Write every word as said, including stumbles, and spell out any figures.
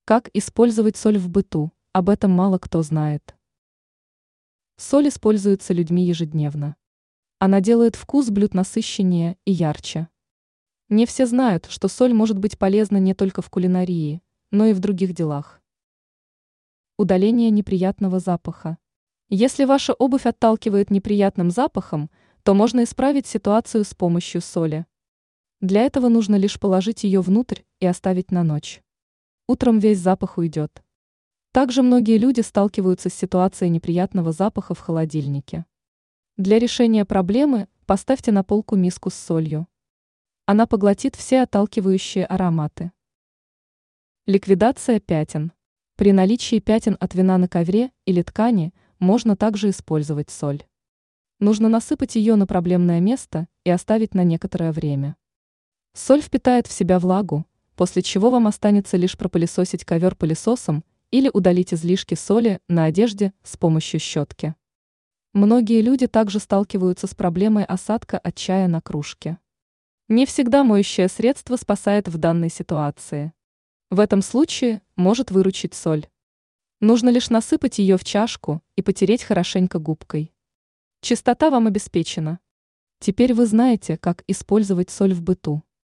Как использовать соль в быту? Об этом мало кто знает. Соль используется людьми ежедневно. Она делает вкус блюд насыщеннее и ярче. Не все знают, что соль может быть полезна не только в кулинарии, но и в других делах. Удаление неприятного запаха. Если ваша обувь отталкивает неприятным запахом, то можно исправить ситуацию с помощью соли. Для этого нужно лишь положить ее внутрь и оставить на ночь. Утром весь запах уйдет. Также многие люди сталкиваются с ситуацией неприятного запаха в холодильнике. Для решения проблемы поставьте на полку миску с солью. Она поглотит все отталкивающие ароматы. Ликвидация пятен. При наличии пятен от вина на ковре или ткани можно также использовать соль. Нужно насыпать ее на проблемное место и оставить на некоторое время. Соль впитает в себя влагу, после чего вам останется лишь пропылесосить ковер пылесосом или удалить излишки соли на одежде с помощью щетки. Многие люди также сталкиваются с проблемой осадка от чая на кружке. Не всегда моющее средство спасает в данной ситуации. В этом случае может выручить соль. Нужно лишь насыпать ее в чашку и потереть хорошенько губкой. Чистота вам обеспечена. Теперь вы знаете, как использовать соль в быту.